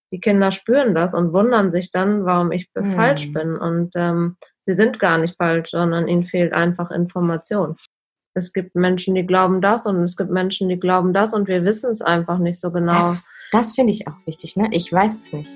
die Kinder spüren das und wundern sich dann, warum ich falsch bin. Und sie sind gar nicht falsch, sondern ihnen fehlt einfach Information. Es gibt Menschen, die glauben das und es gibt Menschen, die glauben das und wir wissen es einfach nicht so genau. Das finde ich auch wichtig, ne? Ich weiß es nicht.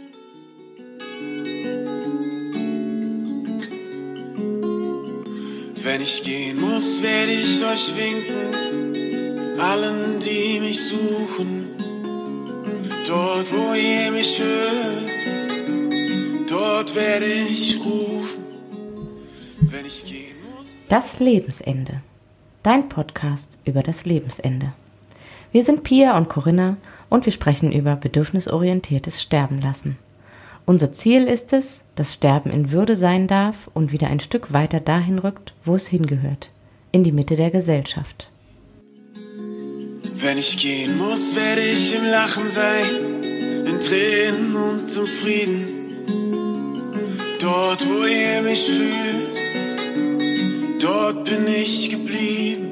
Wenn ich gehen muss, werde ich euch winken, allen, die mich suchen. Dort, wo ihr mich hört, dort werde ich rufen. Wenn ich gehen muss. Das Lebensende. Dein Podcast über das Lebensende. Wir sind Pia und Corinna und wir sprechen über bedürfnisorientiertes Sterben lassen. Unser Ziel ist es, dass Sterben in Würde sein darf und wieder ein Stück weiter dahin rückt, wo es hingehört, in die Mitte der Gesellschaft. Wenn ich gehen muss, werde ich im Lachen sein, in Tränen und zum Frieden. Dort, wo ihr mich fühlt, dort bin ich geblieben.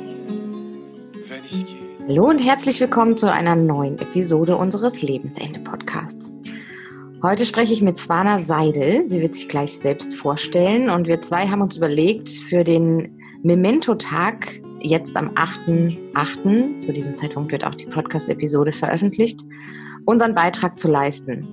Wenn ich gehe. Hallo und herzlich willkommen zu einer neuen Episode unseres Lebensende-Podcasts. Heute spreche ich mit Swana Seidel. Sie wird sich gleich selbst vorstellen und wir zwei haben uns überlegt, für den Memento-Tag, jetzt am 8.8., zu diesem Zeitpunkt wird auch die Podcast-Episode veröffentlicht, unseren Beitrag zu leisten.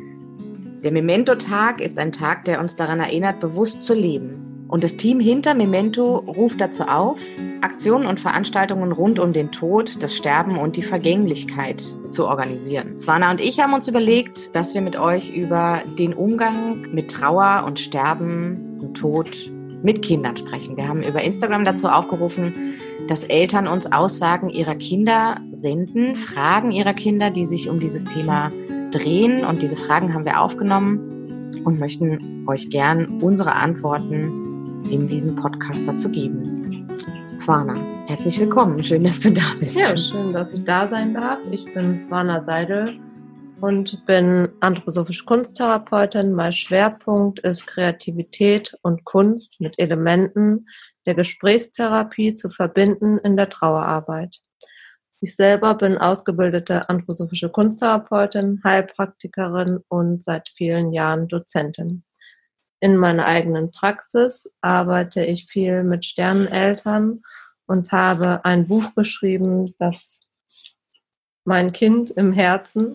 Der Memento-Tag ist ein Tag, der uns daran erinnert, bewusst zu leben. Und das Team hinter Memento ruft dazu auf, Aktionen und Veranstaltungen rund um den Tod, das Sterben und die Vergänglichkeit zu organisieren. Swana und ich haben uns überlegt, dass wir mit euch über den Umgang mit Trauer und Sterben und Tod mit Kindern sprechen. Wir haben über Instagram dazu aufgerufen, dass Eltern uns Aussagen ihrer Kinder senden, Fragen ihrer Kinder, die sich um dieses Thema drehen. Und diese Fragen haben wir aufgenommen und möchten euch gern unsere Antworten in diesem Podcast dazu geben. Swana, herzlich willkommen. Schön, dass du da bist. Ja, schön, dass ich da sein darf. Ich bin Swana Seidel und bin anthroposophische Kunsttherapeutin. Mein Schwerpunkt ist Kreativität und Kunst mit Elementen der Gesprächstherapie zu verbinden in der Trauerarbeit. Ich selber bin ausgebildete anthroposophische Kunsttherapeutin, Heilpraktikerin und seit vielen Jahren Dozentin. In meiner eigenen Praxis arbeite ich viel mit Sterneneltern und habe ein Buch geschrieben, das mein Kind im Herzen.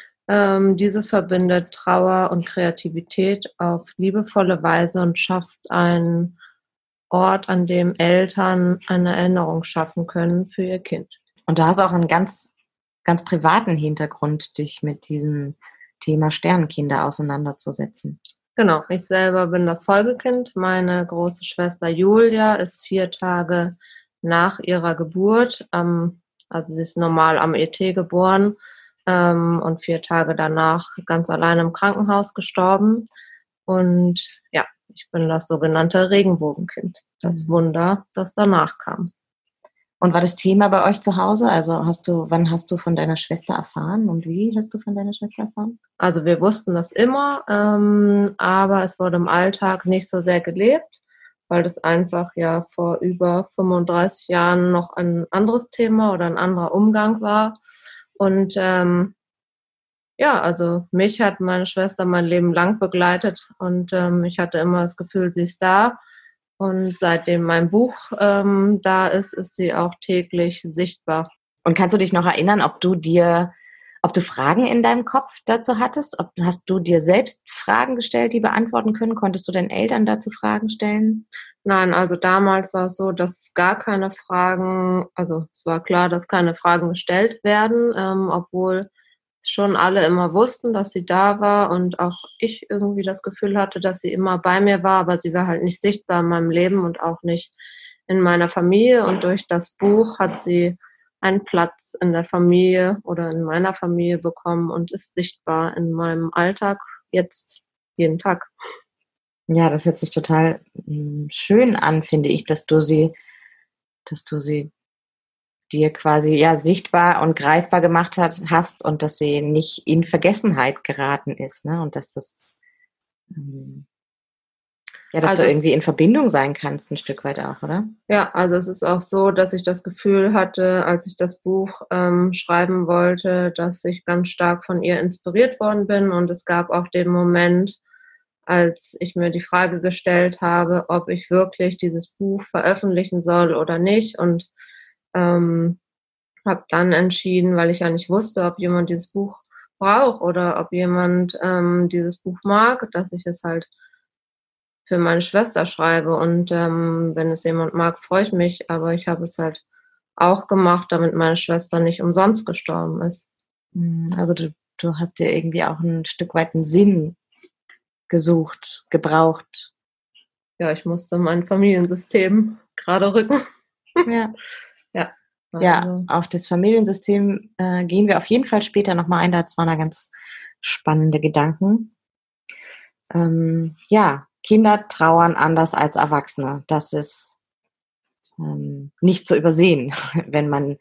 Dieses verbindet Trauer und Kreativität auf liebevolle Weise und schafft einen Ort, an dem Eltern eine Erinnerung schaffen können für ihr Kind. Und du hast auch einen ganz, ganz privaten Hintergrund, dich mit diesem Thema Sternenkinder auseinanderzusetzen. Genau, ich selber bin das Folgekind. Meine große Schwester Julia ist 4 Tage nach ihrer Geburt, also sie ist normal am ET geboren und 4 Tage danach ganz allein im Krankenhaus gestorben. Und ja, ich bin das sogenannte Regenbogenkind, das Wunder, das danach kam. Und war das Thema bei euch zu Hause? Also wann hast du von deiner Schwester erfahren und wie hast du von deiner Schwester erfahren? Also wir wussten das immer, aber es wurde im Alltag nicht so sehr gelebt, weil das einfach ja vor über 35 Jahren noch ein anderes Thema oder ein anderer Umgang war. Und also mich hat meine Schwester mein Leben lang begleitet und ich hatte immer das Gefühl, sie ist da. Und seitdem mein Buch da ist, ist sie auch täglich sichtbar. Und kannst du dich noch erinnern, ob du Fragen in deinem Kopf dazu hattest? Hast du dir selbst Fragen gestellt, die beantworten können? Konntest du deinen Eltern dazu Fragen stellen? Nein, also damals war es so, dass es gar keine Fragen, also es war klar, dass keine Fragen gestellt werden, obwohl schon alle immer wussten, dass sie da war und auch ich irgendwie das Gefühl hatte, dass sie immer bei mir war, aber sie war halt nicht sichtbar in meinem Leben und auch nicht in meiner Familie. Und durch das Buch hat sie einen Platz in der Familie oder in meiner Familie bekommen und ist sichtbar in meinem Alltag jetzt jeden Tag. Ja, das hört sich total schön an, finde ich, dass du sie dir quasi sichtbar und greifbar gemacht hast und dass sie nicht in Vergessenheit geraten ist, ne? Und dass das Ja, dass du irgendwie in Verbindung sein kannst, ein Stück weit auch, oder? Ja, also es ist auch so, dass ich das Gefühl hatte, als ich das Buch schreiben wollte, dass ich ganz stark von ihr inspiriert worden bin. Und es gab auch den Moment, als ich mir die Frage gestellt habe, ob ich wirklich dieses Buch veröffentlichen soll oder nicht. Und habe dann entschieden, weil ich ja nicht wusste, ob jemand dieses Buch braucht oder ob jemand dieses Buch mag, dass ich es halt für meine Schwester schreibe. Und wenn es jemand mag, freue ich mich. Aber ich habe es halt auch gemacht, damit meine Schwester nicht umsonst gestorben ist. Also du hast dir irgendwie auch ein Stück weit einen Sinn gesucht, gebraucht. Ja, ich musste mein Familiensystem gerade rücken. Ja. Ja. Ja, Also. auf das Familiensystem gehen wir auf jeden Fall später nochmal ein. Da waren da ganz spannende Gedanken. Ja, Kinder trauern anders als Erwachsene. Das ist nicht zu übersehen, wenn man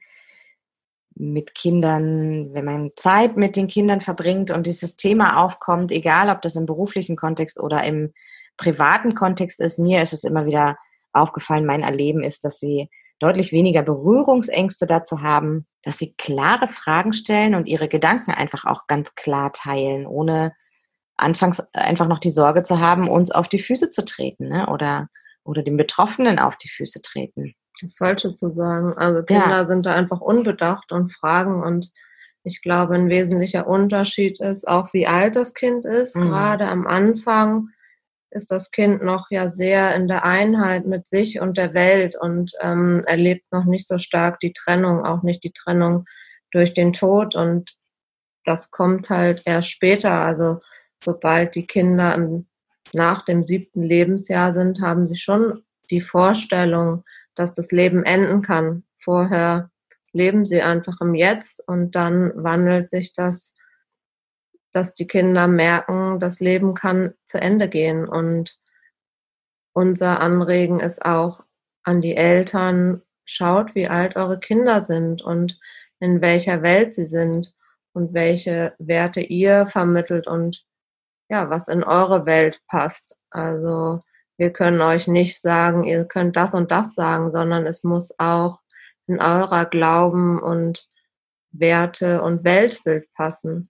wenn man Zeit mit den Kindern verbringt und dieses Thema aufkommt, egal ob das im beruflichen Kontext oder im privaten Kontext ist. Mir ist es immer wieder aufgefallen, mein Erleben ist, dass sie deutlich weniger Berührungsängste dazu haben, dass sie klare Fragen stellen und ihre Gedanken einfach auch ganz klar teilen, ohne anfangs einfach noch die Sorge zu haben, uns auf die Füße zu treten, ne? Oder den Betroffenen auf die Füße treten. Das Falsche zu sagen. Also Kinder sind da einfach unbedacht und fragen, und ich glaube, ein wesentlicher Unterschied ist auch, wie alt das Kind ist. Gerade am Anfang ist das Kind noch ja sehr in der Einheit mit sich und der Welt und erlebt noch nicht so stark die Trennung, auch nicht die Trennung durch den Tod, und das kommt halt erst später. Also sobald die Kinder nach dem 7. Lebensjahr sind, haben sie schon die Vorstellung, dass das Leben enden kann. Vorher leben sie einfach im Jetzt, und dann wandelt sich das, dass die Kinder merken, das Leben kann zu Ende gehen. Und unser Anregen ist auch an die Eltern: Schaut, wie alt eure Kinder sind und in welcher Welt sie sind und welche Werte ihr vermittelt und ja, was in eure Welt passt. Also wir können euch nicht sagen, ihr könnt das und das sagen, sondern es muss auch in eurer Glauben und Werte und Weltbild passen.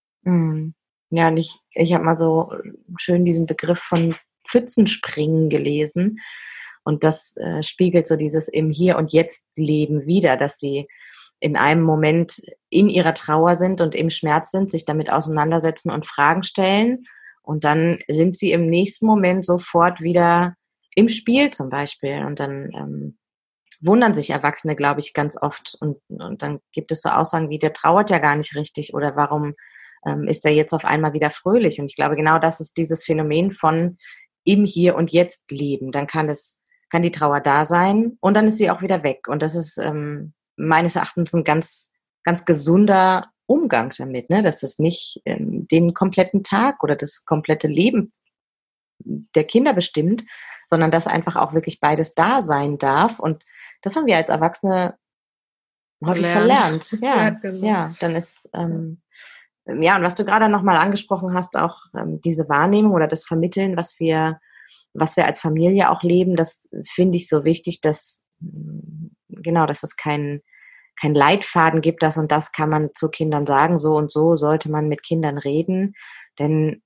Ja, und ich habe mal so schön diesen Begriff von Pfützenspringen gelesen. Und das spiegelt so dieses im Hier und Jetzt Leben wider, dass sie in einem Moment in ihrer Trauer sind und im Schmerz sind, sich damit auseinandersetzen und Fragen stellen. Und dann sind sie im nächsten Moment sofort wieder im Spiel zum Beispiel. Und dann wundern sich Erwachsene, glaube ich, ganz oft. Und dann gibt es so Aussagen wie, der trauert ja gar nicht richtig, oder warum ist er jetzt auf einmal wieder fröhlich? Und ich glaube, genau das ist dieses Phänomen von im Hier und Jetzt leben. Dann kann die Trauer da sein und dann ist sie auch wieder weg. Und das ist meines Erachtens ein ganz, ganz gesunder Umgang damit, ne? Dass das nicht den kompletten Tag oder das komplette Leben der Kinder bestimmt, sondern dass einfach auch wirklich beides da sein darf. Und das haben wir als Erwachsene häufig verlernt. Ja, genau. Ja, dann ist ja, und was du gerade nochmal angesprochen hast, auch diese Wahrnehmung oder das Vermitteln, was wir als Familie auch leben, das finde ich so wichtig, dass dass es kein Leitfaden gibt, das und das kann man zu Kindern sagen, so und so sollte man mit Kindern reden, denn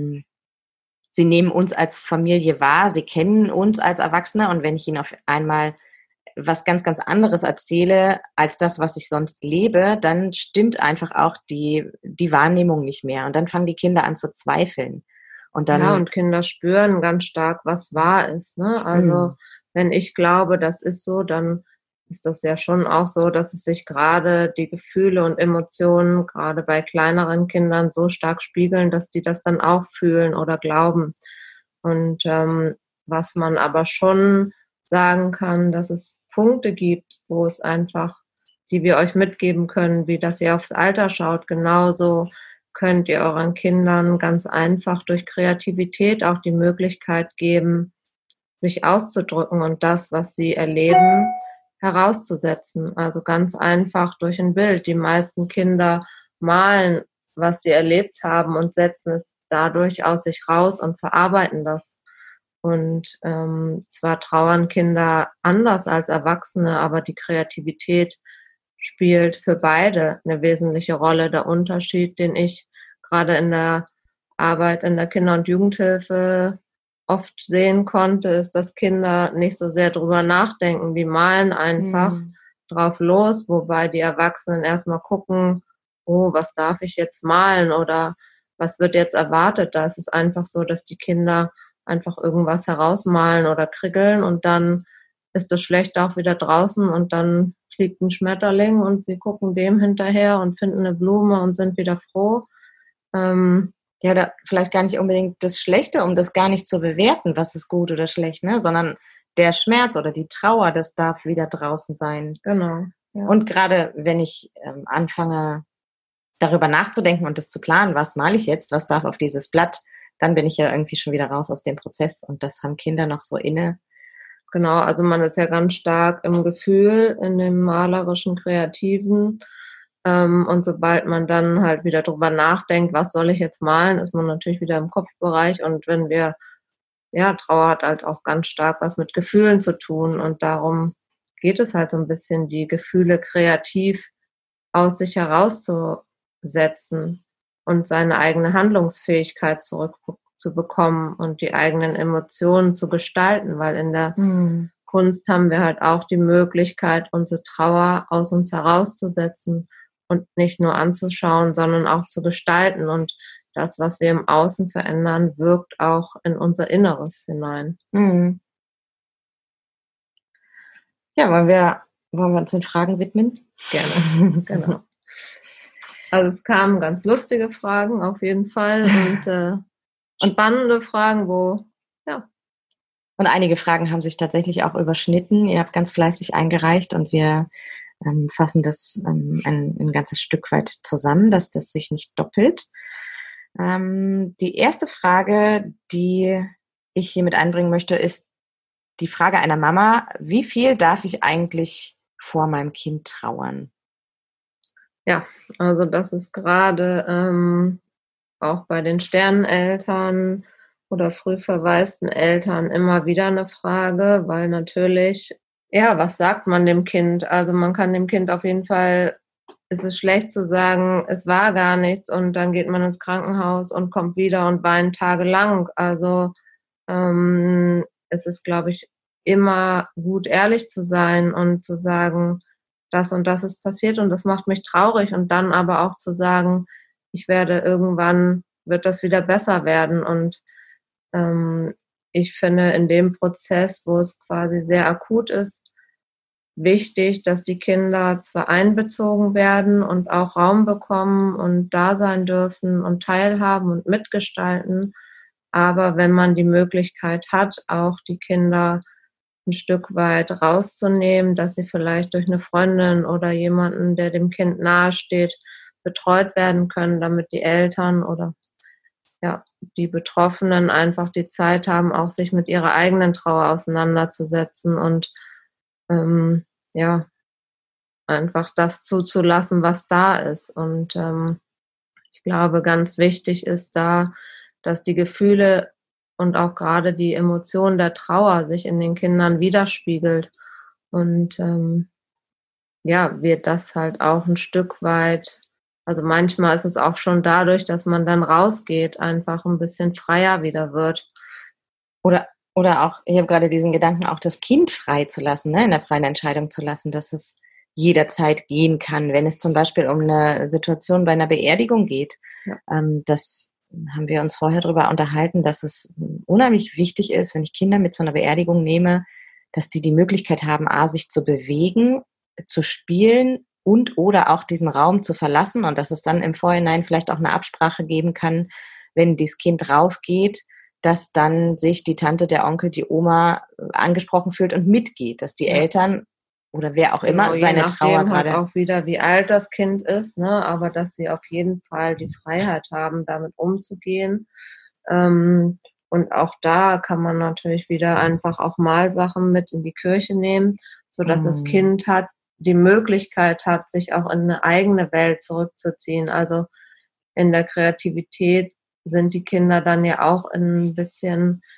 sie nehmen uns als Familie wahr, sie kennen uns als Erwachsene, und wenn ich ihnen auf einmal was ganz, ganz anderes erzähle als das, was ich sonst lebe, dann stimmt einfach auch die Wahrnehmung nicht mehr. Und dann fangen die Kinder an zu zweifeln. Und dann, ja, und Kinder spüren ganz stark, was wahr ist, ne? Also wenn ich glaube, das ist so, dann ist das ja schon auch so, dass es sich gerade die Gefühle und Emotionen gerade bei kleineren Kindern so stark spiegeln, dass die das dann auch fühlen oder glauben. Und was man aber schon sagen kann, dass es Punkte gibt, wo es einfach, die wir euch mitgeben können, wie dass ihr aufs Alter schaut. Genauso könnt ihr euren Kindern ganz einfach durch Kreativität auch die Möglichkeit geben, sich auszudrücken und das, was sie erleben, herauszusetzen. Also ganz einfach durch ein Bild. Die meisten Kinder malen, was sie erlebt haben, und setzen es dadurch aus sich raus und verarbeiten das. Und zwar trauern Kinder anders als Erwachsene, aber die Kreativität spielt für beide eine wesentliche Rolle. Der Unterschied, den ich gerade in der Arbeit in der Kinder- und Jugendhilfe oft sehen konnte, ist, dass Kinder nicht so sehr drüber nachdenken. Die malen einfach drauf los, wobei die Erwachsenen erstmal gucken, oh, was darf ich jetzt malen oder was wird jetzt erwartet. Da ist es einfach so, dass die Kinder einfach irgendwas herausmalen oder kriegeln und dann ist das Schlechte auch wieder draußen und dann fliegt ein Schmetterling und sie gucken dem hinterher und finden eine Blume und sind wieder froh. Ja, oder vielleicht gar nicht unbedingt das Schlechte, um das gar nicht zu bewerten, was ist gut oder schlecht, ne? Sondern der Schmerz oder die Trauer, das darf wieder draußen sein. Genau. Ja. Und gerade wenn ich anfange, darüber nachzudenken und das zu planen, was male ich jetzt, was darf auf dieses Blatt, dann bin ich ja irgendwie schon wieder raus aus dem Prozess und das haben Kinder noch so inne. Genau, also man ist ja ganz stark im Gefühl, in dem malerischen, kreativen. Und sobald man dann halt wieder drüber nachdenkt, was soll ich jetzt malen, ist man natürlich wieder im Kopfbereich. Und wenn wir, ja, Trauer hat halt auch ganz stark was mit Gefühlen zu tun. Und darum geht es halt so ein bisschen, die Gefühle kreativ aus sich herauszusetzen und seine eigene Handlungsfähigkeit zurückzubekommen und die eigenen Emotionen zu gestalten, weil in der Kunst haben wir halt auch die Möglichkeit, unsere Trauer aus uns herauszusetzen und nicht nur anzuschauen, sondern auch zu gestalten. Und das, was wir im Außen verändern, wirkt auch in unser Inneres hinein. Ja, wollen wir uns den Fragen widmen? Gerne, genau. Also es kamen ganz lustige Fragen auf jeden Fall und spannende Fragen, Und einige Fragen haben sich tatsächlich auch überschnitten. Ihr habt ganz fleißig eingereicht und wir fassen das ein ganzes Stück weit zusammen, dass das sich nicht doppelt. Die erste Frage, die ich hier mit einbringen möchte, ist die Frage einer Mama: Wie viel darf ich eigentlich vor meinem Kind trauern? Ja, also das ist gerade auch bei den Sterneneltern oder früh verwaisten Eltern immer wieder eine Frage, weil natürlich, ja, was sagt man dem Kind? Also man kann dem Kind auf jeden Fall, ist es schlecht zu sagen, es war gar nichts und dann geht man ins Krankenhaus und kommt wieder und weint tagelang. Also es ist, glaube ich, immer gut, ehrlich zu sein und zu sagen, das und das ist passiert und das macht mich traurig und dann aber auch zu sagen, wird das wieder besser werden und ich finde in dem Prozess, wo es quasi sehr akut ist, wichtig, dass die Kinder zwar einbezogen werden und auch Raum bekommen und da sein dürfen und teilhaben und mitgestalten, aber wenn man die Möglichkeit hat, auch die Kinder ein Stück weit rauszunehmen, dass sie vielleicht durch eine Freundin oder jemanden, der dem Kind nahesteht, betreut werden können, damit die Eltern oder ja, die Betroffenen einfach die Zeit haben, auch sich mit ihrer eigenen Trauer auseinanderzusetzen und ja, einfach das zuzulassen, was da ist. Und ich glaube, ganz wichtig ist da, dass die Gefühle und auch gerade die Emotion der Trauer sich in den Kindern widerspiegelt. Und ja, wird das halt auch ein Stück weit, also manchmal ist es auch schon dadurch, dass man dann rausgeht, einfach ein bisschen freier wieder wird. Oder auch, ich habe gerade diesen Gedanken, auch das Kind frei zu lassen, ne, in der freien Entscheidung zu lassen, dass es jederzeit gehen kann, wenn es zum Beispiel um eine Situation bei einer Beerdigung geht. Ja. Das haben wir uns vorher darüber unterhalten, dass es unheimlich wichtig ist, wenn ich Kinder mit zu einer Beerdigung nehme, dass die Möglichkeit haben, sich zu bewegen, zu spielen und oder auch diesen Raum zu verlassen und dass es dann im Vorhinein vielleicht auch eine Absprache geben kann, wenn das Kind rausgeht, dass dann sich die Tante, der Onkel, die Oma angesprochen fühlt und mitgeht, dass die Eltern oder wer auch immer seine Trauer gerade halt auch wieder, wie alt das Kind ist, ne? Aber dass sie auf jeden Fall die Freiheit haben, damit umzugehen. Und auch da kann man natürlich wieder einfach auch Malsachen mit in die Kirche nehmen, sodass das Kind die Möglichkeit hat, sich auch in eine eigene Welt zurückzuziehen. Also in der Kreativität sind die Kinder dann ja auch in ein bisschen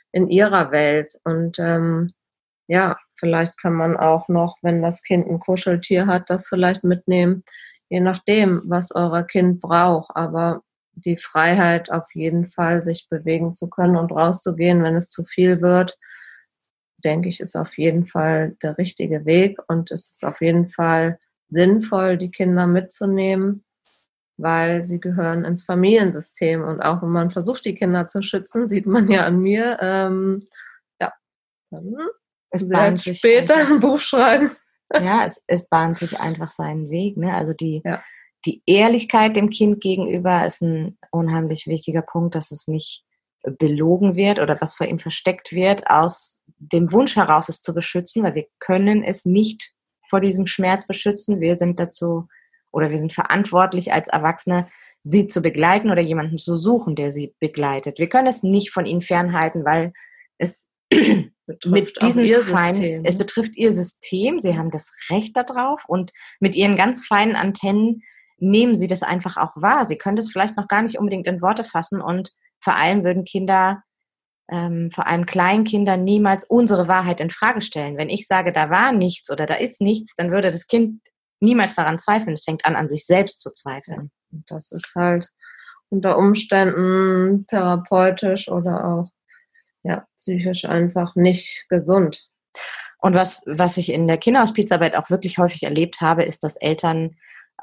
in ihrer Welt. Und ja, vielleicht kann man auch noch, wenn das Kind ein Kuscheltier hat, das vielleicht mitnehmen, je nachdem, was euer Kind braucht. Aber die Freiheit auf jeden Fall, sich bewegen zu können und rauszugehen, wenn es zu viel wird, denke ich, ist auf jeden Fall der richtige Weg. Und es ist auf jeden Fall sinnvoll, die Kinder mitzunehmen, weil sie gehören ins Familiensystem. Und auch wenn man versucht, die Kinder zu schützen, sieht man ja an mir, ja, dann Es werde bahnt ich sich später einfach, ein Buch schreiben. ja, es bahnt sich einfach seinen Weg. Ne? Also die Ja. Ehrlichkeit dem Kind gegenüber ist ein unheimlich wichtiger Punkt, dass es nicht belogen wird oder was vor ihm versteckt wird, aus dem Wunsch heraus, es zu beschützen, weil wir können es nicht vor diesem Schmerz beschützen. Wir sind dazu oder wir sind verantwortlich als Erwachsene, sie zu begleiten oder jemanden zu suchen, der sie begleitet. Wir können es nicht von ihnen fernhalten, weil es mit diesen feinen, es betrifft ihr System, sie haben das Recht darauf und mit ihren ganz feinen Antennen nehmen sie das einfach auch wahr. Sie können das vielleicht noch gar nicht unbedingt in Worte fassen und vor allem würden Kinder, vor allem Kleinkinder, niemals unsere Wahrheit in Frage stellen. Wenn ich sage, da war nichts oder da ist nichts, dann würde das Kind niemals daran zweifeln. Es fängt an sich selbst zu zweifeln. Und das ist halt unter Umständen therapeutisch oder auch ja, psychisch einfach nicht gesund. Und was ich in der Kinderhospizarbeit auch wirklich häufig erlebt habe, ist, dass Eltern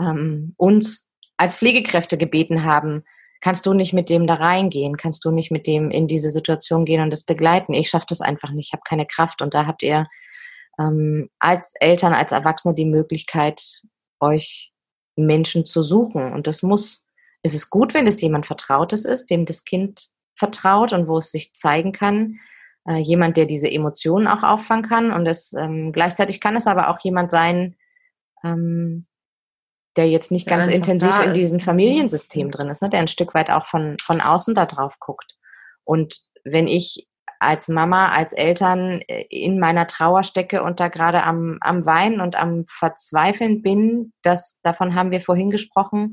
uns als Pflegekräfte gebeten haben, kannst du nicht mit dem da reingehen, kannst du nicht mit dem in diese Situation gehen und das begleiten. Ich schaffe das einfach nicht, ich habe keine Kraft. Und da habt ihr als Eltern, als Erwachsene die Möglichkeit, euch Menschen zu suchen. Und es ist gut, wenn es jemand Vertrautes ist, dem das Kind vertraut und wo es sich zeigen kann. Jemand, der diese Emotionen auch auffangen kann. Und gleichzeitig kann es aber auch jemand sein, der jetzt nicht ganz intensiv in diesem Familiensystem drin ist, ne? Der ein Stück weit auch von außen da drauf guckt. Und wenn ich als Mama, als Eltern in meiner Trauer stecke und da gerade am Weinen und am Verzweifeln bin, davon haben wir vorhin gesprochen,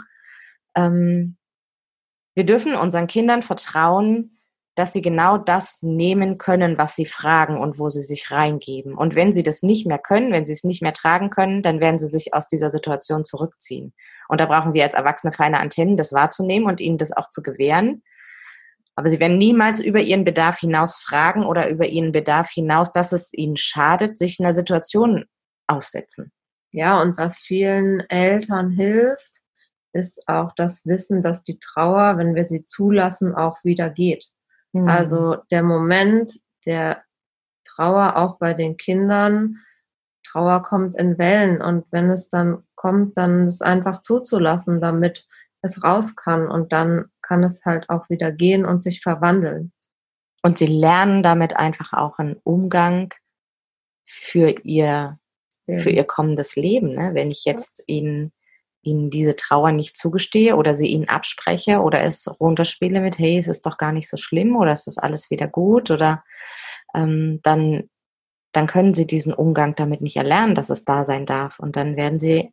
wir dürfen unseren Kindern vertrauen, dass sie genau das nehmen können, was sie fragen und wo sie sich reingeben. Und wenn sie das nicht mehr können, wenn sie es nicht mehr tragen können, dann werden sie sich aus dieser Situation zurückziehen. Und da brauchen wir als Erwachsene feine Antennen, das wahrzunehmen und ihnen das auch zu gewähren. Aber sie werden niemals über ihren Bedarf hinaus fragen oder über ihren Bedarf hinaus, dass es ihnen schadet, sich einer Situation aussetzen. Ja, und was vielen Eltern hilft, ist auch das Wissen, dass die Trauer, wenn wir sie zulassen, auch wieder geht. Also der Moment der Trauer auch bei den Kindern, Trauer kommt in Wellen und wenn es dann kommt, dann es einfach zuzulassen, damit es raus kann und dann kann es halt auch wieder gehen und sich verwandeln. Und sie lernen damit einfach auch einen Umgang für ihr kommendes Leben. Ne? Wenn ich jetzt ihnen diese Trauer nicht zugestehe oder sie ihnen abspreche oder es runterspiele mit, hey, es ist doch gar nicht so schlimm oder es ist alles wieder gut oder dann können sie diesen Umgang damit nicht erlernen, dass es da sein darf. Und dann werden sie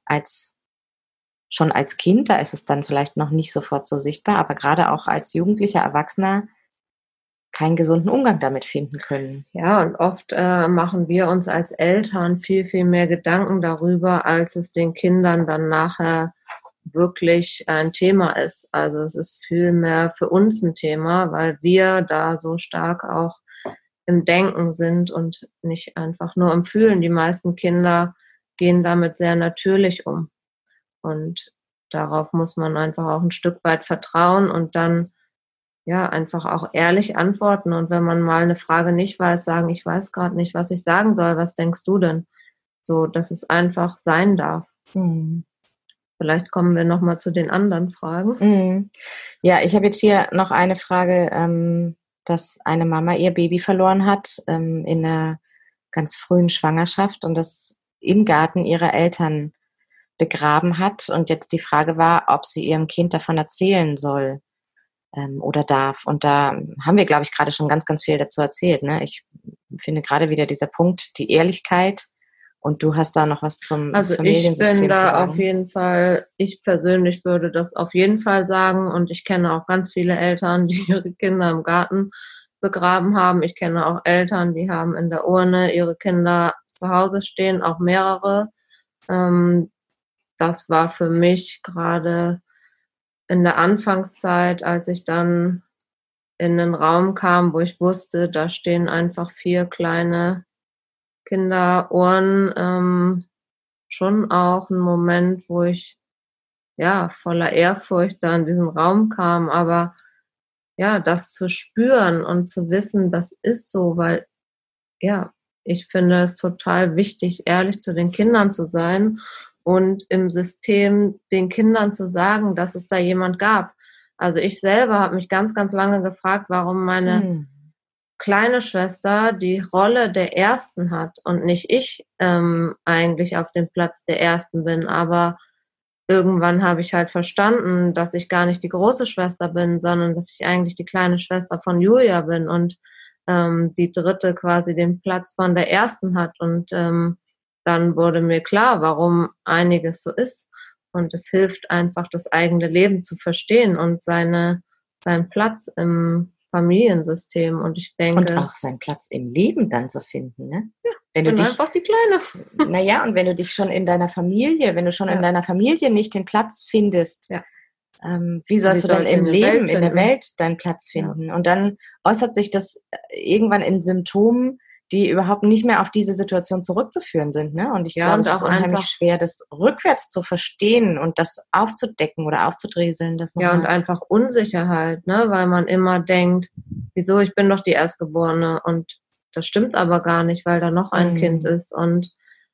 schon als Kind, da ist es dann vielleicht noch nicht sofort so sichtbar, aber gerade auch als jugendlicher Erwachsener keinen gesunden Umgang damit finden können. Ja, und oft machen wir uns als Eltern viel, viel mehr Gedanken darüber, als es den Kindern dann nachher wirklich ein Thema ist. Also es ist viel mehr für uns ein Thema, weil wir da so stark auch im Denken sind und nicht einfach nur im Fühlen. Die meisten Kinder gehen damit sehr natürlich um. Und darauf muss man einfach auch ein Stück weit vertrauen und dann ja, einfach auch ehrlich antworten und wenn man mal eine Frage nicht weiß, sagen, ich weiß gerade nicht, was ich sagen soll, was denkst du denn? So, dass es einfach sein darf. Vielleicht kommen wir nochmal zu den anderen Fragen. Ja, ich habe jetzt hier noch eine Frage, dass eine Mama ihr Baby verloren hat in einer ganz frühen Schwangerschaft und das im Garten ihrer Eltern begraben hat und jetzt die Frage war, ob sie ihrem Kind davon erzählen soll. Oder darf. Und da haben wir, glaube ich, gerade schon ganz, ganz viel dazu erzählt. Ne? Ich finde gerade wieder dieser Punkt, die Ehrlichkeit und du hast da noch was zum Familiensystem ich bin da zu sagen. Auf jeden Fall, ich persönlich würde das auf jeden Fall sagen und ich kenne auch ganz viele Eltern, die ihre Kinder im Garten begraben haben. Ich kenne auch Eltern, die haben in der Urne ihre Kinder zu Hause stehen, auch mehrere. Das war für mich gerade in der Anfangszeit, als ich dann in einen Raum kam, wo ich wusste, da stehen einfach 4 kleine Kinderurnen, schon auch ein Moment, wo ich voller Ehrfurcht da in diesen Raum kam, aber ja, das zu spüren und zu wissen, das ist so, weil ich finde es total wichtig, ehrlich zu den Kindern zu sein und im System den Kindern zu sagen, dass es da jemand gab. Also ich selber habe mich ganz, ganz lange gefragt, warum meine kleine Schwester die Rolle der Ersten hat und nicht ich eigentlich auf dem Platz der Ersten bin. Aber irgendwann habe ich halt verstanden, dass ich gar nicht die große Schwester bin, sondern dass ich eigentlich die kleine Schwester von Julia bin und die dritte quasi den Platz von der ersten hat. Und dann wurde mir klar, warum einiges so ist. Und es hilft einfach, das eigene Leben zu verstehen und seinen Platz im Familiensystem. Und ich denke. Und auch seinen Platz im Leben dann zu finden, ne? Ja, wenn du dich, einfach die Kleine. Naja, und wenn du dich schon in deiner Familie, in deiner Familie nicht den Platz findest, wie sollst du dann im Leben, in der Welt deinen Platz finden? Ja. Und dann äußert sich das irgendwann in Symptomen, die überhaupt nicht mehr auf diese Situation zurückzuführen sind. Ne? Und ich glaube, es ist unheimlich schwer, das rückwärts zu verstehen und das aufzudecken oder aufzudrieseln. Und einfach Unsicherheit, ne? Weil man immer denkt, wieso, ich bin doch die Erstgeborene. Und das stimmt aber gar nicht, weil da noch ein Kind ist. Und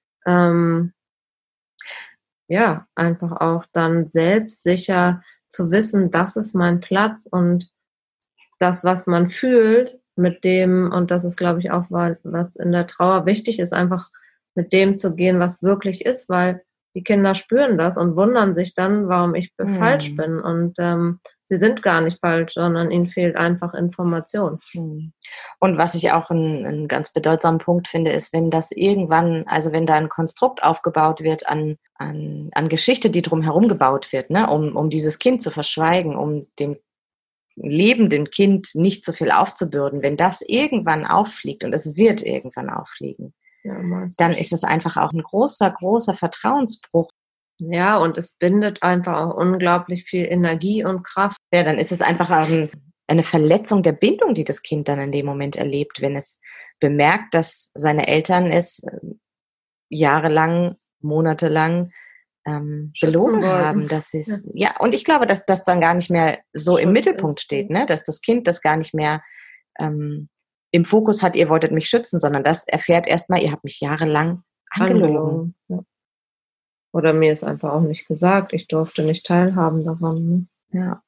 einfach auch dann selbstsicher zu wissen, das ist mein Platz und das, was man fühlt, mit dem, und das ist, glaube ich, auch, was in der Trauer wichtig ist, einfach mit dem zu gehen, was wirklich ist, weil die Kinder spüren das und wundern sich dann, warum ich falsch bin. Und sie sind gar nicht falsch, sondern ihnen fehlt einfach Information. Und was ich auch einen ganz bedeutsamen Punkt finde, ist, wenn das irgendwann, also wenn da ein Konstrukt aufgebaut wird an Geschichte, die drumherum gebaut wird, ne, um dieses Kind zu verschweigen, um dem lebenden Kind nicht so viel aufzubürden, wenn das irgendwann auffliegt, und es wird irgendwann auffliegen, dann ist es einfach auch ein großer, großer Vertrauensbruch. Ja, und es bindet einfach auch unglaublich viel Energie und Kraft. Ja, dann ist es einfach eine Verletzung der Bindung, die das Kind dann in dem Moment erlebt, wenn es bemerkt, dass seine Eltern es jahrelang, monatelang belogen haben, dass sie es, und ich glaube, dass das dann gar nicht mehr so im Mittelpunkt steht, ne? Dass das Kind das gar nicht mehr im Fokus hat, ihr wolltet mich schützen, sondern das erfährt erstmal, ihr habt mich jahrelang angelogen. Ja. Oder mir ist einfach auch nicht gesagt, ich durfte nicht teilhaben daran. Ne?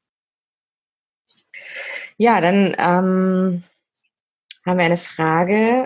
Ja, dann haben wir eine Frage.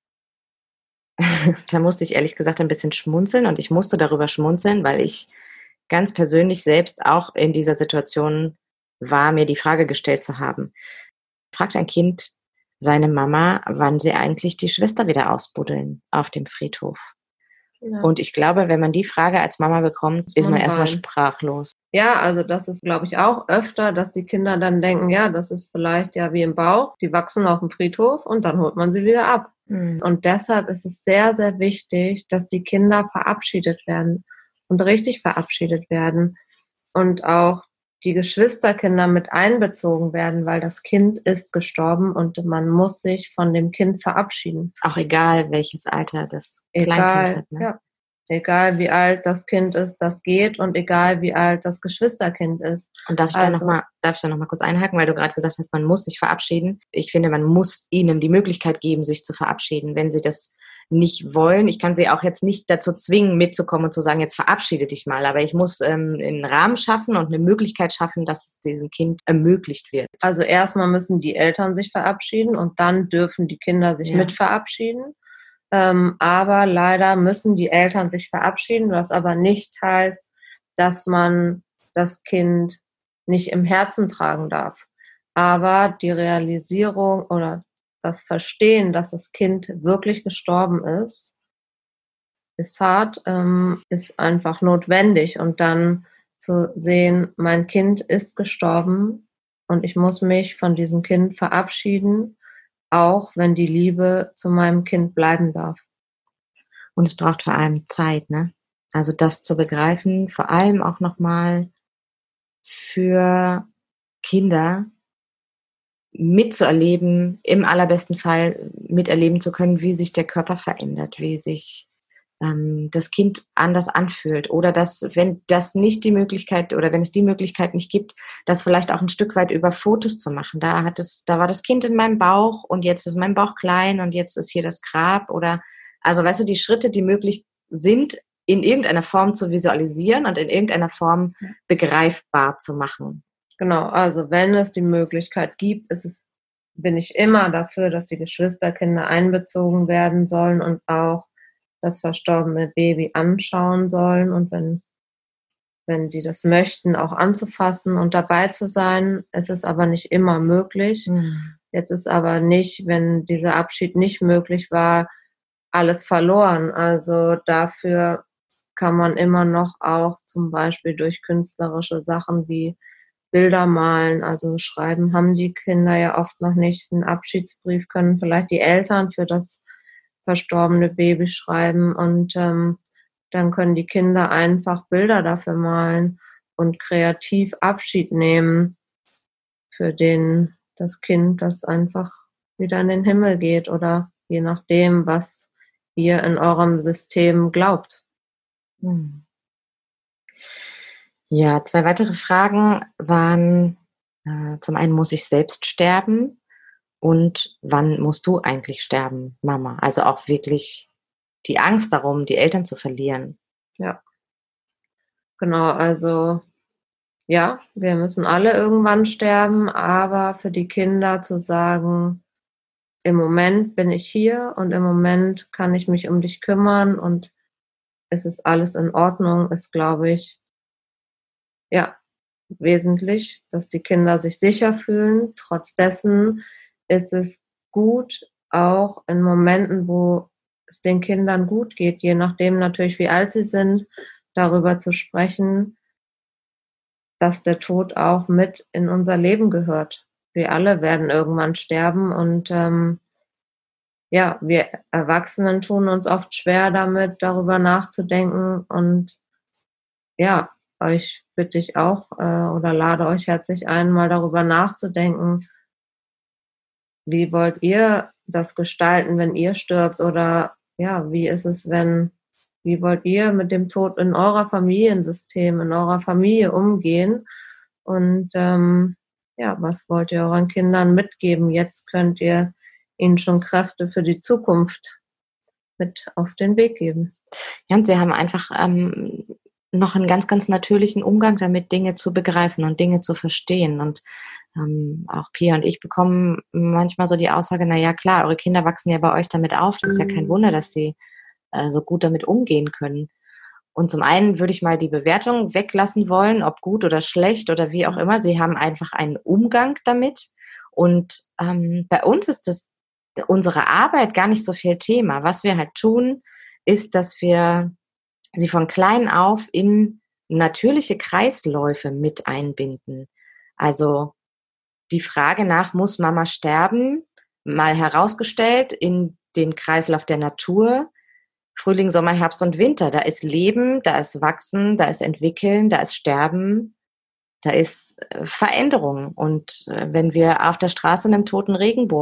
Da musste ich ehrlich gesagt ein bisschen schmunzeln, und ich musste darüber schmunzeln, weil ich ganz persönlich selbst auch in dieser Situation war, mir die Frage gestellt zu haben. Fragt ein Kind seine Mama, wann sie eigentlich die Schwester wieder ausbuddeln auf dem Friedhof. Ja. Und ich glaube, wenn man die Frage als Mama bekommt, ist man erstmal sprachlos. Ja, also das ist, glaube ich, auch öfter, dass die Kinder dann denken, ja, das ist vielleicht ja wie im Bauch, die wachsen auf dem Friedhof und dann holt man sie wieder ab. Und deshalb ist es sehr, sehr wichtig, dass die Kinder verabschiedet werden und richtig verabschiedet werden und auch die Geschwisterkinder mit einbezogen werden, weil das Kind ist gestorben und man muss sich von dem Kind verabschieden. Auch egal, welches Alter das Kleinkind hat. Ne? Ja. Egal, wie alt das Kind ist, das geht, und egal, wie alt das Geschwisterkind ist. Und darf ich da noch mal kurz einhaken, weil du gerade gesagt hast, man muss sich verabschieden. Ich finde, man muss ihnen die Möglichkeit geben, sich zu verabschieden, wenn sie das nicht wollen. Ich kann sie auch jetzt nicht dazu zwingen, mitzukommen und zu sagen, jetzt verabschiede dich mal. Aber ich muss einen Rahmen schaffen und eine Möglichkeit schaffen, dass es diesem Kind ermöglicht wird. Also erstmal müssen die Eltern sich verabschieden und dann dürfen die Kinder sich mit verabschieden. Aber leider müssen die Eltern sich verabschieden, was aber nicht heißt, dass man das Kind nicht im Herzen tragen darf. Aber die Realisierung oder das Verstehen, dass das Kind wirklich gestorben ist hart, ist einfach notwendig. Und dann zu sehen, mein Kind ist gestorben und ich muss mich von diesem Kind verabschieden, auch wenn die Liebe zu meinem Kind bleiben darf. Und es braucht vor allem Zeit, ne? Also das zu begreifen, vor allem auch nochmal für Kinder mitzuerleben, im allerbesten Fall miterleben zu können, wie sich der Körper verändert, wie sich das Kind anders anfühlt oder dass, wenn das nicht die Möglichkeit oder wenn es die Möglichkeit nicht gibt, das vielleicht auch ein Stück weit über Fotos zu machen. Da war das Kind in meinem Bauch und jetzt ist mein Bauch klein und jetzt ist hier das Grab oder, also weißt du, die Schritte, die möglich sind, in irgendeiner Form zu visualisieren und in irgendeiner Form begreifbar zu machen. Genau, also wenn es die Möglichkeit gibt, bin ich immer dafür, dass die Geschwisterkinder einbezogen werden sollen und auch das verstorbene Baby anschauen sollen und wenn die das möchten, auch anzufassen und dabei zu sein. Es ist aber nicht immer möglich. Jetzt ist aber nicht, wenn dieser Abschied nicht möglich war, alles verloren. Also dafür kann man immer noch auch zum Beispiel durch künstlerische Sachen wie Bilder malen, also schreiben haben die Kinder ja oft noch nicht. Einen Abschiedsbrief können vielleicht die Eltern für das verstorbene Baby schreiben und dann können die Kinder einfach Bilder dafür malen und kreativ Abschied nehmen für das Kind, das einfach wieder in den Himmel geht oder je nachdem, was ihr in eurem System glaubt. Ja, 2 weitere Fragen waren, zum einen, muss ich selbst sterben? Und wann musst du eigentlich sterben, Mama? Also auch wirklich die Angst darum, die Eltern zu verlieren. Ja, genau, also ja, wir müssen alle irgendwann sterben, aber für die Kinder zu sagen, im Moment bin ich hier und im Moment kann ich mich um dich kümmern und es ist alles in Ordnung, ist, glaube ich, ja, wesentlich, dass die Kinder sich sicher fühlen. Trotz dessen ist es gut, auch in Momenten, wo es den Kindern gut geht, je nachdem natürlich, wie alt sie sind, darüber zu sprechen, dass der Tod auch mit in unser Leben gehört. Wir alle werden irgendwann sterben und ja, wir Erwachsenen tun uns oft schwer damit, darüber nachzudenken und ja, euch bitte ich auch oder lade euch herzlich ein, mal darüber nachzudenken, wie wollt ihr das gestalten, wenn ihr stirbt oder ja, wie wollt ihr mit dem Tod in eurer Familiensystem, in eurer Familie umgehen und ja, was wollt ihr euren Kindern mitgeben? Jetzt könnt ihr ihnen schon Kräfte für die Zukunft mit auf den Weg geben. Ja, und sie haben einfach noch einen ganz, ganz natürlichen Umgang damit, Dinge zu begreifen und Dinge zu verstehen. Und auch Pia und ich bekommen manchmal so die Aussage, na ja, klar, eure Kinder wachsen ja bei euch damit auf. Das ist ja kein Wunder, dass sie so gut damit umgehen können. Und zum einen würde ich mal die Bewertung weglassen wollen, ob gut oder schlecht oder wie auch immer. Sie haben einfach einen Umgang damit. Und bei uns ist unsere Arbeit gar nicht so viel Thema. Was wir halt tun, ist, dass wir sie von klein auf in natürliche Kreisläufe mit einbinden. Also die Frage nach, muss Mama sterben, mal herausgestellt in den Kreislauf der Natur. Frühling, Sommer, Herbst und Winter. Da ist Leben, da ist Wachsen, da ist Entwickeln, da ist Sterben, da ist Veränderung. Und wenn wir auf der Straße einem toten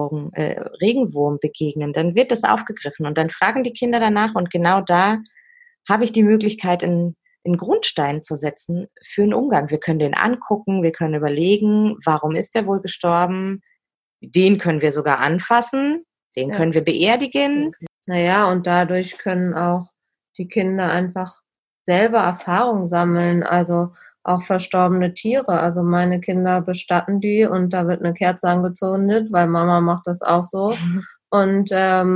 Regenwurm begegnen, dann wird das aufgegriffen. Und dann fragen die Kinder danach. Und genau da habe ich die Möglichkeit, einen Grundstein zu setzen für einen Umgang. Wir können den angucken, wir können überlegen, warum ist der wohl gestorben? Den können wir sogar anfassen, den können wir beerdigen. Naja, und dadurch können auch die Kinder einfach selber Erfahrung sammeln, also auch verstorbene Tiere. Also meine Kinder bestatten die und da wird eine Kerze angezündet, weil Mama macht das auch so. Und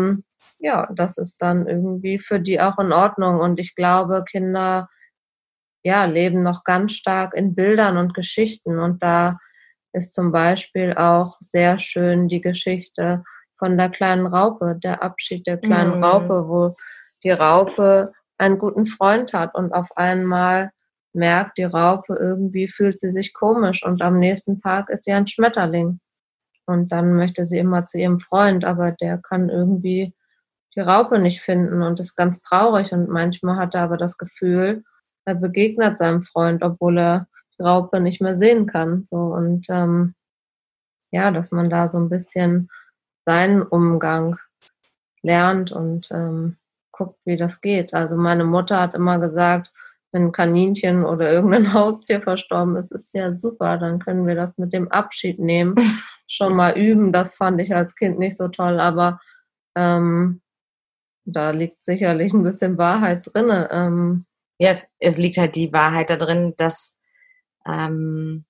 ja, das ist dann irgendwie für die auch in Ordnung. Und ich glaube, Kinder ja, leben noch ganz stark in Bildern und Geschichten. Und da ist zum Beispiel auch sehr schön die Geschichte von der kleinen Raupe, der Abschied der kleinen Raupe, wo die Raupe einen guten Freund hat und auf einmal merkt die Raupe, irgendwie fühlt sie sich komisch und am nächsten Tag ist sie ein Schmetterling. Und dann möchte sie immer zu ihrem Freund, aber der kann irgendwie die Raupe nicht finden und ist ganz traurig. Und manchmal hat er aber das Gefühl, er begegnet seinem Freund, obwohl er die Raupe nicht mehr sehen kann. So und ja, dass man da so ein bisschen seinen Umgang lernt und guckt, wie das geht. Also meine Mutter hat immer gesagt, wenn ein Kaninchen oder irgendein Haustier verstorben ist, ist ja super, dann können wir das mit dem Abschied nehmen, schon mal üben. Das fand ich als Kind nicht so toll, aber da liegt sicherlich ein bisschen Wahrheit drinne. Ja, es liegt halt die Wahrheit da drin, dass wenn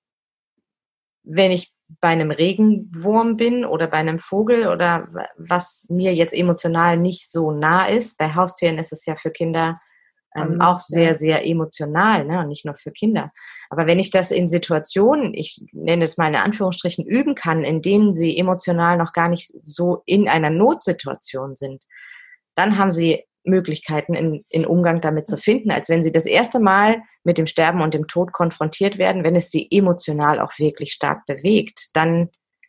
ich bei einem Regenwurm bin oder bei einem Vogel oder was mir jetzt emotional nicht so nah ist, bei Haustieren ist es ja für Kinder auch sehr, sehr emotional, ne? Und nicht nur für Kinder. Aber wenn ich das in Situationen, ich nenne es mal in Anführungsstrichen, üben kann, in denen sie emotional noch gar nicht so in einer Notsituation sind, dann haben sie Möglichkeiten, in Umgang damit zu finden, als wenn sie das erste Mal mit dem Sterben und dem Tod konfrontiert werden, wenn es sie emotional auch wirklich stark bewegt. Dann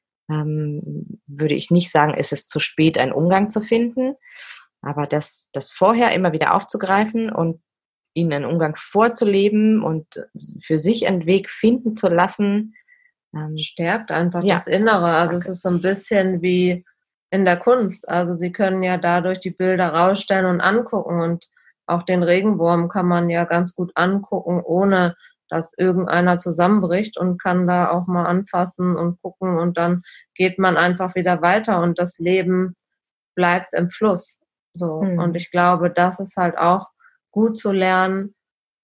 würde ich nicht sagen, ist es zu spät, einen Umgang zu finden. Aber das vorher immer wieder aufzugreifen und ihnen einen Umgang vorzuleben und für sich einen Weg finden zu lassen, stärkt einfach das Innere. Also es ist so ein bisschen wie in der Kunst. Also sie können ja dadurch die Bilder rausstellen und angucken und auch den Regenwurm kann man ja ganz gut angucken, ohne dass irgendeiner zusammenbricht und kann da auch mal anfassen und gucken und dann geht man einfach wieder weiter und das Leben bleibt im Fluss. So. Und ich glaube, das ist halt auch gut zu lernen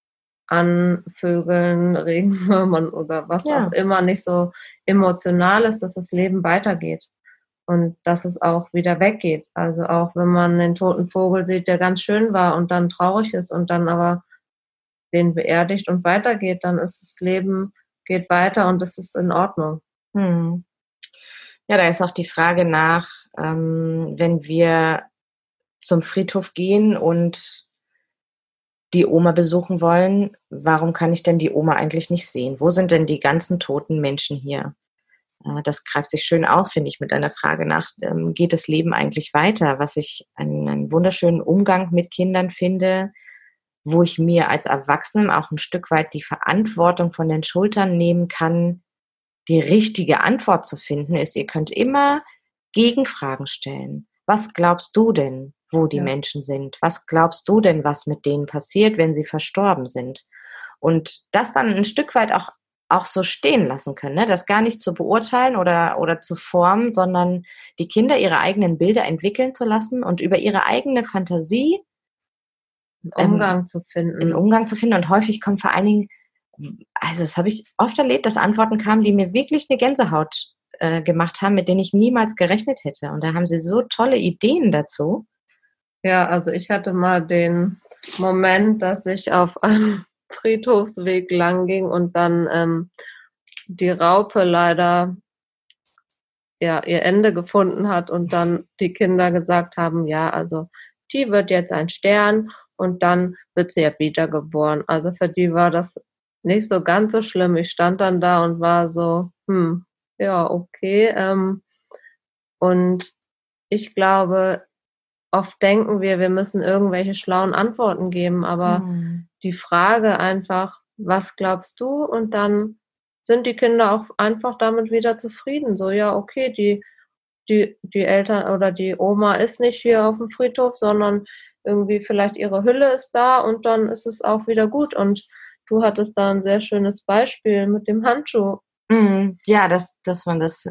an Vögeln, Regenwürmern oder was auch immer nicht so emotional ist, dass das Leben weitergeht und dass es auch wieder weggeht. Also auch wenn man den toten Vogel sieht, der ganz schön war und dann traurig ist und dann aber den beerdigt und weitergeht, dann ist das Leben, geht weiter und es ist in Ordnung. Ja, da ist auch die Frage nach, wenn wir zum Friedhof gehen und die Oma besuchen wollen, warum kann ich denn die Oma eigentlich nicht sehen? Wo sind denn die ganzen toten Menschen hier? Das greift sich schön auf, finde ich, mit einer Frage nach, geht das Leben eigentlich weiter? Was ich einen wunderschönen Umgang mit Kindern finde, wo ich mir als Erwachsenem auch ein Stück weit die Verantwortung von den Schultern nehmen kann, die richtige Antwort zu finden, ist, ihr könnt immer Gegenfragen stellen. Was glaubst du denn, wo die Menschen sind? Was glaubst du denn, was mit denen passiert, wenn sie verstorben sind? Und das dann ein Stück weit auch so stehen lassen können, ne? Das gar nicht zu beurteilen oder zu formen, sondern die Kinder ihre eigenen Bilder entwickeln zu lassen und über ihre eigene Fantasie einen Umgang zu finden. Und häufig kommt vor allen Dingen, also das habe ich oft erlebt, dass Antworten kamen, die mir wirklich eine Gänsehaut gemacht haben, mit denen ich niemals gerechnet hätte. Und da haben sie so tolle Ideen dazu. Ja, also ich hatte mal den Moment, dass ich auf einem Friedhofsweg lang ging und dann die Raupe leider ihr Ende gefunden hat und dann die Kinder gesagt haben, ja, also die wird jetzt ein Stern und dann wird sie ja wiedergeboren. Also für die war das nicht so ganz so schlimm. Ich stand dann da und war so, ja, okay. Und ich glaube, oft denken wir müssen irgendwelche schlauen Antworten geben, aber die Frage einfach, was glaubst du? Und dann sind die Kinder auch einfach damit wieder zufrieden. So, ja, okay, die Eltern oder die Oma ist nicht hier auf dem Friedhof, sondern irgendwie vielleicht ihre Hülle ist da und dann ist es auch wieder gut. Und du hattest da ein sehr schönes Beispiel mit dem Handschuh. Ja, dass man das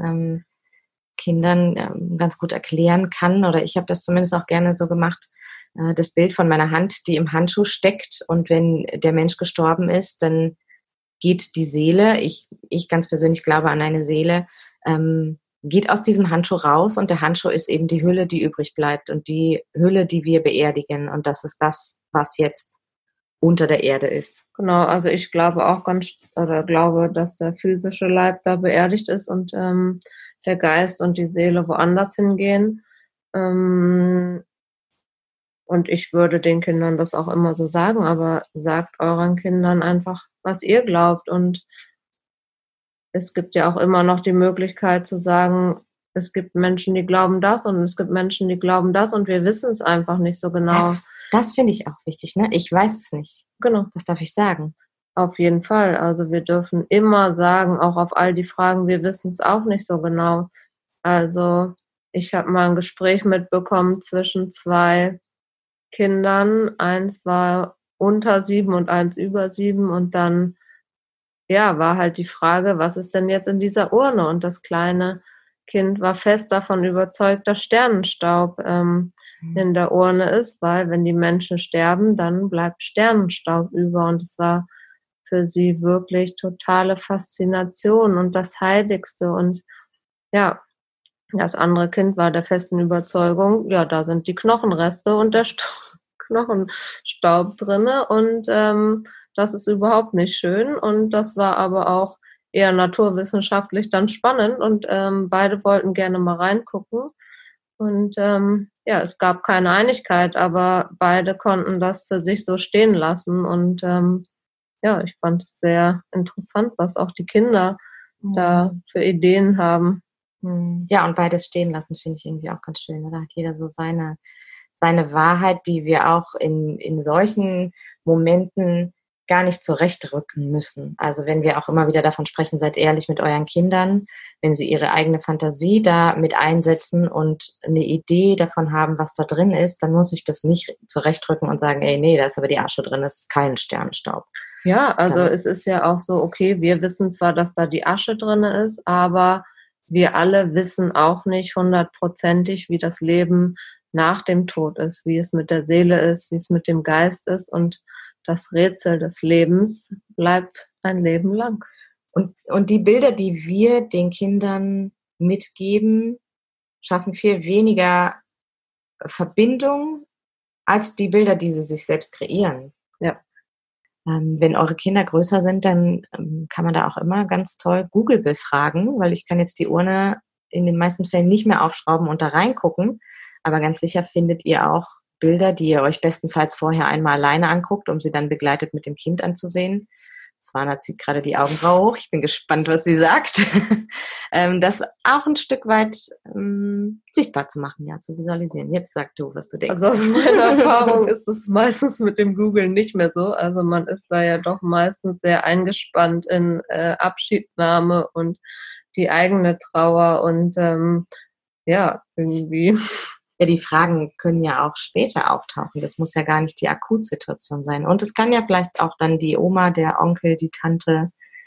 Kindern ganz gut erklären kann, oder ich habe das zumindest auch gerne so gemacht, das Bild von meiner Hand, die im Handschuh steckt, und wenn der Mensch gestorben ist, dann geht die Seele, ich ganz persönlich glaube an eine Seele, geht aus diesem Handschuh raus und der Handschuh ist eben die Hülle, die übrig bleibt und die Hülle, die wir beerdigen, und das ist das, was jetzt unter der Erde ist. Genau, also ich glaube auch glaube, dass der physische Leib da beerdigt ist und der Geist und die Seele woanders hingehen. Und ich würde den Kindern das auch immer so sagen, aber sagt euren Kindern einfach, was ihr glaubt und es gibt ja auch immer noch die Möglichkeit zu sagen, es gibt Menschen, die glauben das und es gibt Menschen, die glauben das und wir wissen es einfach nicht so genau. Das finde ich auch wichtig, ne? Ich weiß es nicht. Genau. Das darf ich sagen. Auf jeden Fall. Also wir dürfen immer sagen, auch auf all die Fragen, wir wissen es auch nicht so genau. Also ich habe mal ein Gespräch mitbekommen zwischen 2 Kindern. Eins war unter 7 und eins über 7 und dann, ja, war halt die Frage, was ist denn jetzt in dieser Urne? Und das kleine Kind war fest davon überzeugt, dass Sternenstaub in der Urne ist, weil wenn die Menschen sterben, dann bleibt Sternenstaub über. Und es war für sie wirklich totale Faszination und das Heiligste. Und ja, das andere Kind war der festen Überzeugung, ja, da sind die Knochenreste und der Knochenstaub drinne und das ist überhaupt nicht schön. Und das war aber auch eher naturwissenschaftlich dann spannend und beide wollten gerne mal reingucken. Und ja, es gab keine Einigkeit, aber beide konnten das für sich so stehen lassen. Und ja, ich fand es sehr interessant, was auch die Kinder da für Ideen haben. Ja, und beides stehen lassen finde ich irgendwie auch ganz schön. Da hat jeder so seine Wahrheit, die wir auch in solchen Momenten gar nicht zurechtrücken müssen. Also wenn wir auch immer wieder davon sprechen, seid ehrlich mit euren Kindern, wenn sie ihre eigene Fantasie da mit einsetzen und eine Idee davon haben, was da drin ist, dann muss ich das nicht zurechtrücken und sagen, ey, nee, da ist aber die Asche drin, das ist kein Sternenstaub. Ja, also es ist ja auch so, okay, wir wissen zwar, dass da die Asche drin ist, aber wir alle wissen auch nicht 100%ig, wie das Leben nach dem Tod ist, wie es mit der Seele ist, wie es mit dem Geist ist und das Rätsel des Lebens bleibt ein Leben lang. Und die Bilder, die wir den Kindern mitgeben, schaffen viel weniger Verbindung als die Bilder, die sie sich selbst kreieren. Ja. Wenn eure Kinder größer sind, dann kann man da auch immer ganz toll Google befragen, weil ich kann jetzt die Urne in den meisten Fällen nicht mehr aufschrauben und da reingucken, aber ganz sicher findet ihr auch Bilder, die ihr euch bestenfalls vorher einmal alleine anguckt, um sie dann begleitet mit dem Kind anzusehen. Swana zieht gerade die Augenbraue hoch. Ich bin gespannt, was sie sagt. Das auch ein Stück weit sichtbar zu machen, ja, zu visualisieren. Jetzt sag du, was du denkst. Also aus meiner Erfahrung ist es meistens mit dem Googlen nicht mehr so. Also man ist da ja doch meistens sehr eingespannt in Abschiednahme und die eigene Trauer und ja, irgendwie. Ja, die Fragen können ja auch später auftauchen. Das muss ja gar nicht die Akutsituation sein. Und es kann ja vielleicht auch dann die Oma, der Onkel, die Tante,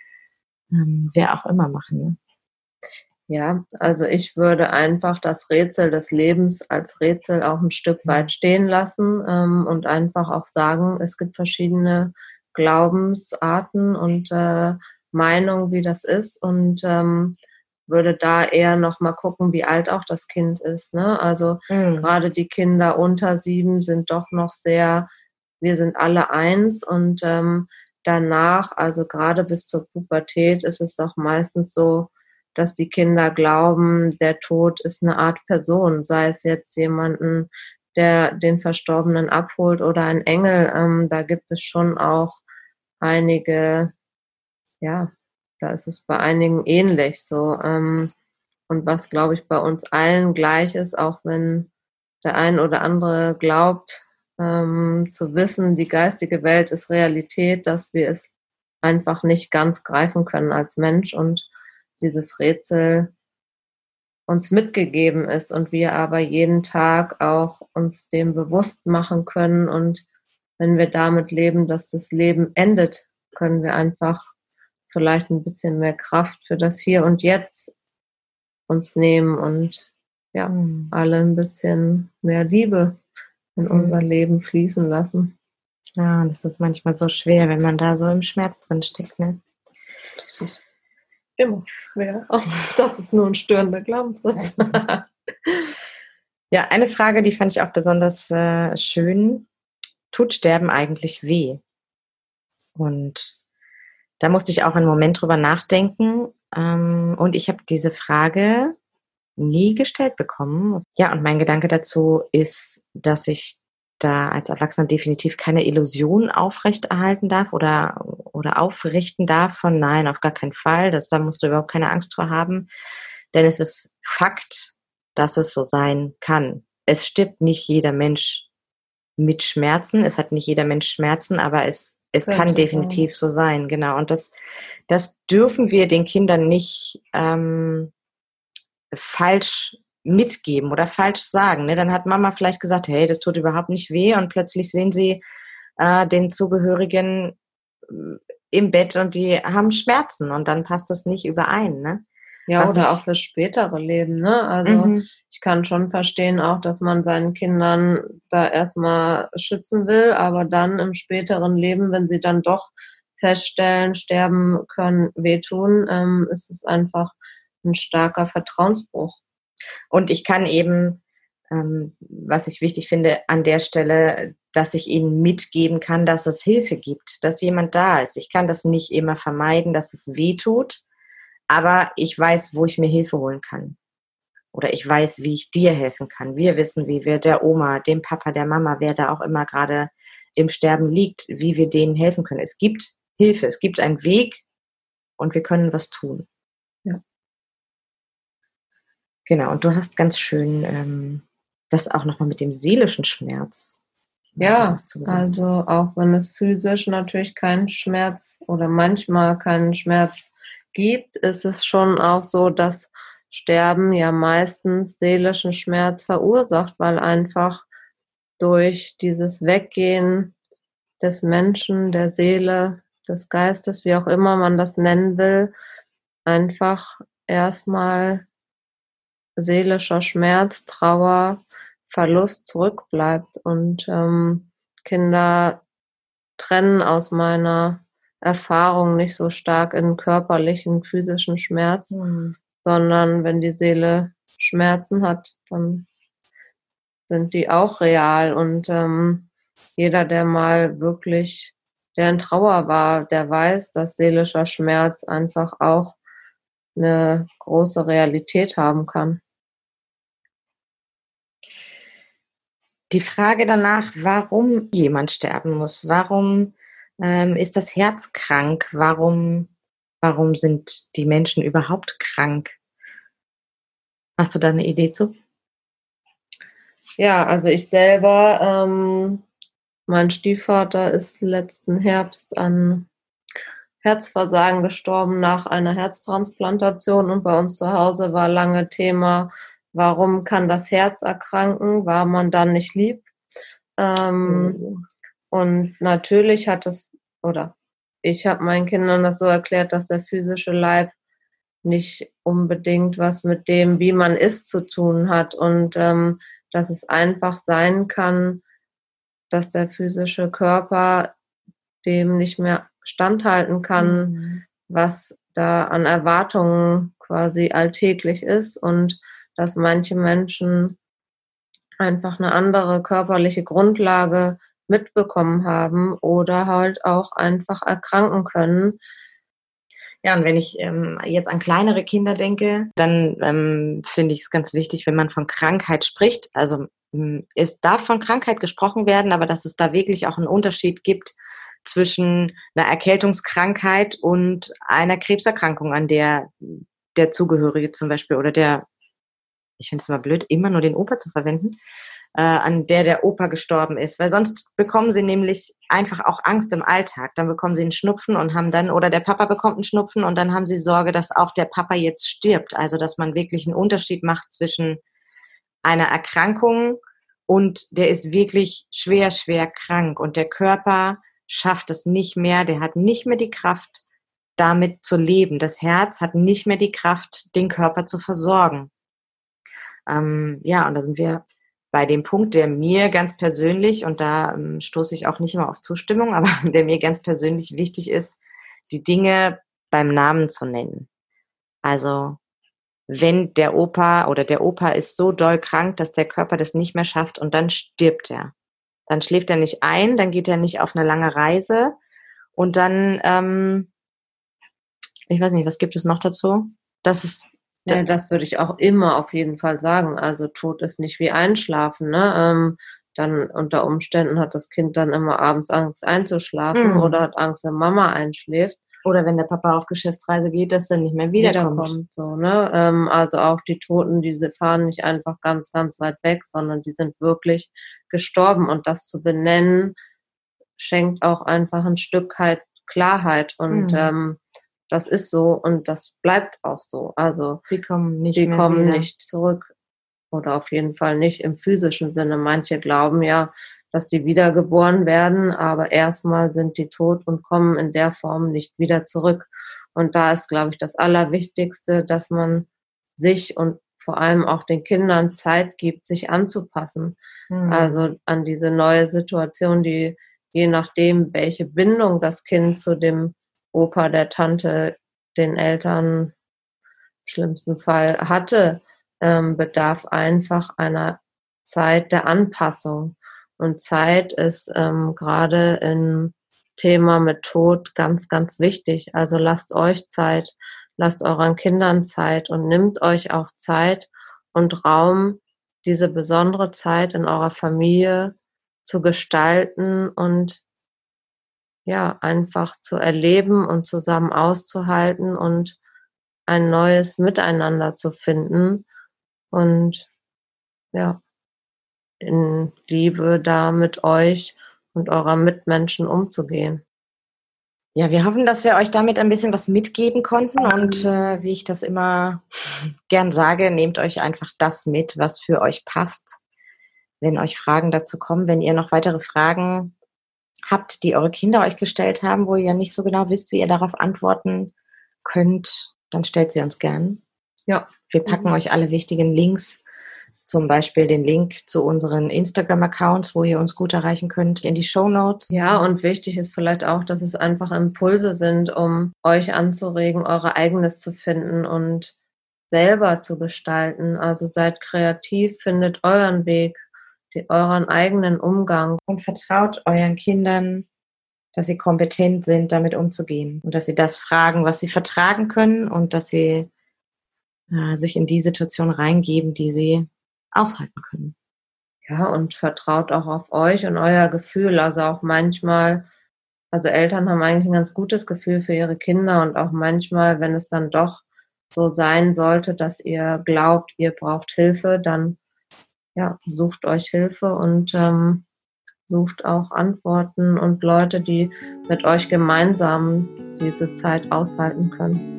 wer auch immer machen. Ne? Ja, also ich würde einfach das Rätsel des Lebens als Rätsel auch ein Stück weit stehen lassen und einfach auch sagen, es gibt verschiedene Glaubensarten und Meinungen, wie das ist und würde da eher noch mal gucken, wie alt auch das Kind ist. Ne? Also gerade die Kinder unter 7 sind doch noch sehr, wir sind alle eins und danach, also gerade bis zur Pubertät, ist es doch meistens so, dass die Kinder glauben, der Tod ist eine Art Person, sei es jetzt jemanden, der den Verstorbenen abholt oder ein Engel. Da gibt es schon auch einige, ja, da ist es bei einigen ähnlich so. Und was, glaube ich, bei uns allen gleich ist, auch wenn der ein oder andere glaubt, zu wissen, die geistige Welt ist Realität, dass wir es einfach nicht ganz greifen können als Mensch und dieses Rätsel uns mitgegeben ist und wir aber jeden Tag auch uns dem bewusst machen können und wenn wir damit leben, dass das Leben endet, können wir einfach vielleicht ein bisschen mehr Kraft für das Hier und Jetzt uns nehmen und ja, alle ein bisschen mehr Liebe in unser Leben fließen lassen. Ja, das ist manchmal so schwer, wenn man da so im Schmerz drin steckt, ne? Das ist immer schwer. Oh, das ist nur ein störender Glaubenssatz. Ja, eine Frage, die fand ich auch besonders schön. Tut Sterben eigentlich weh? Und da musste ich auch einen Moment drüber nachdenken. Und ich habe diese Frage nie gestellt bekommen. Ja, und mein Gedanke dazu ist, dass ich da als Erwachsener definitiv keine Illusion aufrechterhalten darf oder aufrichten darf von nein, auf gar keinen Fall. Da musst du überhaupt keine Angst vor haben. Denn es ist Fakt, dass es so sein kann. Es stirbt nicht jeder Mensch mit Schmerzen. Es hat nicht jeder Mensch Schmerzen, aber es kann definitiv so sein. Genau. Und das dürfen wir den Kindern nicht falsch mitgeben oder falsch sagen. Ne? Dann hat Mama vielleicht gesagt, hey, das tut überhaupt nicht weh, und plötzlich sehen sie den Zugehörigen im Bett und die haben Schmerzen, und dann passt das nicht überein. Ne? Ja, oder auch fürs spätere Leben, ne? Also ich kann schon verstehen auch, dass man seinen Kindern da erstmal schützen will, aber dann im späteren Leben, wenn sie dann doch feststellen, sterben können, wehtun, ist es einfach ein starker Vertrauensbruch. Und ich kann eben, was ich wichtig finde an der Stelle, dass ich ihnen mitgeben kann, dass es Hilfe gibt, dass jemand da ist. Ich kann das nicht immer vermeiden, dass es weh tut, aber ich weiß, wo ich mir Hilfe holen kann. Oder ich weiß, wie ich dir helfen kann. Wir wissen, wie wir der Oma, dem Papa, der Mama, wer da auch immer gerade im Sterben liegt, wie wir denen helfen können. Es gibt Hilfe, es gibt einen Weg, und wir können was tun. Ja. Genau, und du hast ganz schön das auch nochmal mit dem seelischen Schmerz. Ja, also auch wenn es physisch natürlich keinen Schmerz oder manchmal keinen Schmerz gibt, ist es schon auch so, dass Sterben ja meistens seelischen Schmerz verursacht, weil einfach durch dieses Weggehen des Menschen, der Seele, des Geistes, wie auch immer man das nennen will, einfach erstmal seelischer Schmerz, Trauer, Verlust zurückbleibt. Und Kinder trennen aus meiner Erfahrung nicht so stark in körperlichen, physischen Schmerz, sondern wenn die Seele Schmerzen hat, dann sind die auch real. Und jeder, der mal wirklich, der in Trauer war, der weiß, dass seelischer Schmerz einfach auch eine große Realität haben kann. Die Frage danach, warum jemand sterben muss, warum ist das Herz krank, warum sind die Menschen überhaupt krank? Hast du da eine Idee zu? Ja, also ich selber, mein Stiefvater ist letzten Herbst an Herzversagen gestorben nach einer Herztransplantation, und bei uns zu Hause war lange Thema, warum kann das Herz erkranken, war man dann nicht lieb? Und natürlich ich habe meinen Kindern das so erklärt, dass der physische Leib nicht unbedingt was mit dem, wie man ist, zu tun hat, und dass es einfach sein kann, dass der physische Körper dem nicht mehr standhalten kann, was da an Erwartungen quasi alltäglich ist, und dass manche Menschen einfach eine andere körperliche Grundlage mitbekommen haben oder halt auch einfach erkranken können. Ja, und wenn ich jetzt an kleinere Kinder denke, dann finde ich es ganz wichtig, wenn man von Krankheit spricht. Also es darf von Krankheit gesprochen werden, aber dass es da wirklich auch einen Unterschied gibt zwischen einer Erkältungskrankheit und einer Krebserkrankung, an der der Zugehörige zum Beispiel oder ich finde es immer blöd, immer nur den Opa zu verwenden, an der Opa gestorben ist. Weil sonst bekommen sie nämlich einfach auch Angst im Alltag. Dann bekommen sie einen Schnupfen und oder der Papa bekommt einen Schnupfen und dann haben sie Sorge, dass auch der Papa jetzt stirbt. Also, dass man wirklich einen Unterschied macht zwischen einer Erkrankung und der ist wirklich schwer, schwer krank und der Körper schafft es nicht mehr, der hat nicht mehr die Kraft, damit zu leben. Das Herz hat nicht mehr die Kraft, den Körper zu versorgen. Ja, und da sind wir bei dem Punkt, der mir ganz persönlich, und da stoße ich auch nicht immer auf Zustimmung, aber der mir ganz persönlich wichtig ist, die Dinge beim Namen zu nennen. Also wenn der Opa ist so doll krank, dass der Körper das nicht mehr schafft und dann stirbt er. Dann schläft er nicht ein, dann geht er nicht auf eine lange Reise und dann, ich weiß nicht, was gibt es noch dazu? Ja, das würde ich auch immer auf jeden Fall sagen. Also Tod ist nicht wie Einschlafen, ne? dann unter Umständen hat das Kind dann immer abends Angst einzuschlafen oder hat Angst, wenn Mama einschläft. Oder wenn der Papa auf Geschäftsreise geht, dass er nicht mehr wiederkommt. So, ne? Also auch die Toten, diese fahren nicht einfach ganz, ganz weit weg, sondern die sind wirklich gestorben. Und das zu benennen, schenkt auch einfach ein Stück halt Klarheit. Und das ist so und das bleibt auch so. Also die kommen nicht zurück. Oder auf jeden Fall nicht im physischen Sinne. Manche glauben ja, dass die wiedergeboren werden, aber erstmal sind die tot und kommen in der Form nicht wieder zurück. Und da ist, glaube ich, das Allerwichtigste, dass man sich und vor allem auch den Kindern Zeit gibt, sich anzupassen. Also an diese neue Situation, die je nachdem, welche Bindung das Kind zu dem Opa, der Tante, den Eltern im schlimmsten Fall hatte, bedarf einfach einer Zeit der Anpassung. Und Zeit ist gerade im Thema mit Tod ganz, ganz wichtig. Also lasst euch Zeit, lasst euren Kindern Zeit und nimmt euch auch Zeit und Raum, diese besondere Zeit in eurer Familie zu gestalten und ja, einfach zu erleben und zusammen auszuhalten und ein neues Miteinander zu finden und ja, in Liebe da mit euch und eurer Mitmenschen umzugehen. Ja, wir hoffen, dass wir euch damit ein bisschen was mitgeben konnten und wie ich das immer gern sage, nehmt euch einfach das mit, was für euch passt. Wenn euch Fragen dazu kommen, wenn ihr noch weitere Fragen habt, die eure Kinder euch gestellt haben, wo ihr nicht so genau wisst, wie ihr darauf antworten könnt, dann stellt sie uns gern. Ja. Wir packen euch alle wichtigen Links, zum Beispiel den Link zu unseren Instagram-Accounts, wo ihr uns gut erreichen könnt, in die Shownotes. Ja, und wichtig ist vielleicht auch, dass es einfach Impulse sind, um euch anzuregen, eure eigenes zu finden und selber zu gestalten. Also seid kreativ, findet euren Weg, euren eigenen Umgang. Und vertraut euren Kindern, dass sie kompetent sind, damit umzugehen. Und dass sie das fragen, was sie vertragen können und dass sie sich in die Situation reingeben, die sie aushalten können. Ja, und vertraut auch auf euch und euer Gefühl. Also auch manchmal, also Eltern haben eigentlich ein ganz gutes Gefühl für ihre Kinder und auch manchmal, wenn es dann doch so sein sollte, dass ihr glaubt, ihr braucht Hilfe, dann ja, sucht euch Hilfe und sucht auch Antworten und Leute, die mit euch gemeinsam diese Zeit aushalten können.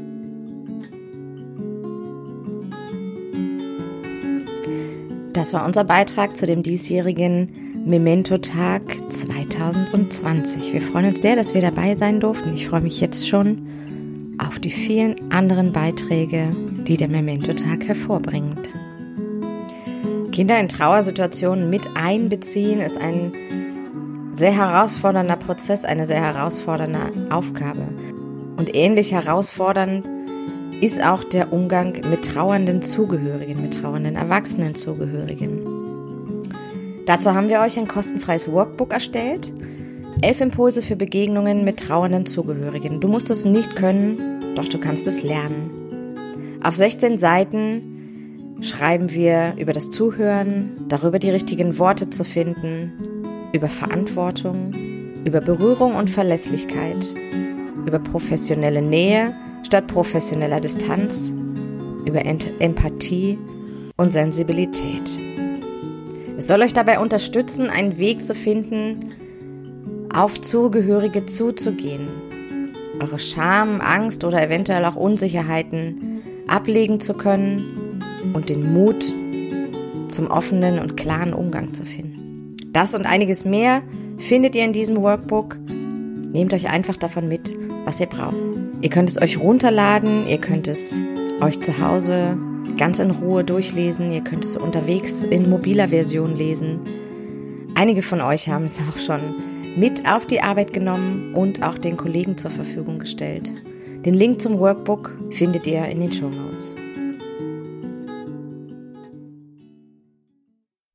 Das war unser Beitrag zu dem diesjährigen Memento-Tag 2020. Wir freuen uns sehr, dass wir dabei sein durften. Ich freue mich jetzt schon auf die vielen anderen Beiträge, die der Memento-Tag hervorbringt. Kinder in Trauersituationen mit einbeziehen ist ein sehr herausfordernder Prozess, eine sehr herausfordernde Aufgabe. Und ähnlich herausfordernd ist auch der Umgang mit trauernden Zugehörigen, mit trauernden Erwachsenenzugehörigen. Dazu haben wir euch ein kostenfreies Workbook erstellt. 11 Impulse für Begegnungen mit trauernden Zugehörigen. Du musst es nicht können, doch du kannst es lernen. Auf 16 Seiten schreiben wir über das Zuhören, darüber die richtigen Worte zu finden, über Verantwortung, über Berührung und Verlässlichkeit, über professionelle Nähe statt professioneller Distanz, über Empathie und Sensibilität. Es soll euch dabei unterstützen, einen Weg zu finden, auf Zugehörige zuzugehen, eure Scham, Angst oder eventuell auch Unsicherheiten ablegen zu können und den Mut zum offenen und klaren Umgang zu finden. Das und einiges mehr findet ihr in diesem Workbook. Nehmt euch einfach davon mit, was ihr braucht. Ihr könnt es euch runterladen, ihr könnt es euch zu Hause ganz in Ruhe durchlesen, ihr könnt es unterwegs in mobiler Version lesen. Einige von euch haben es auch schon mit auf die Arbeit genommen und auch den Kollegen zur Verfügung gestellt. Den Link zum Workbook findet ihr in den Shownotes.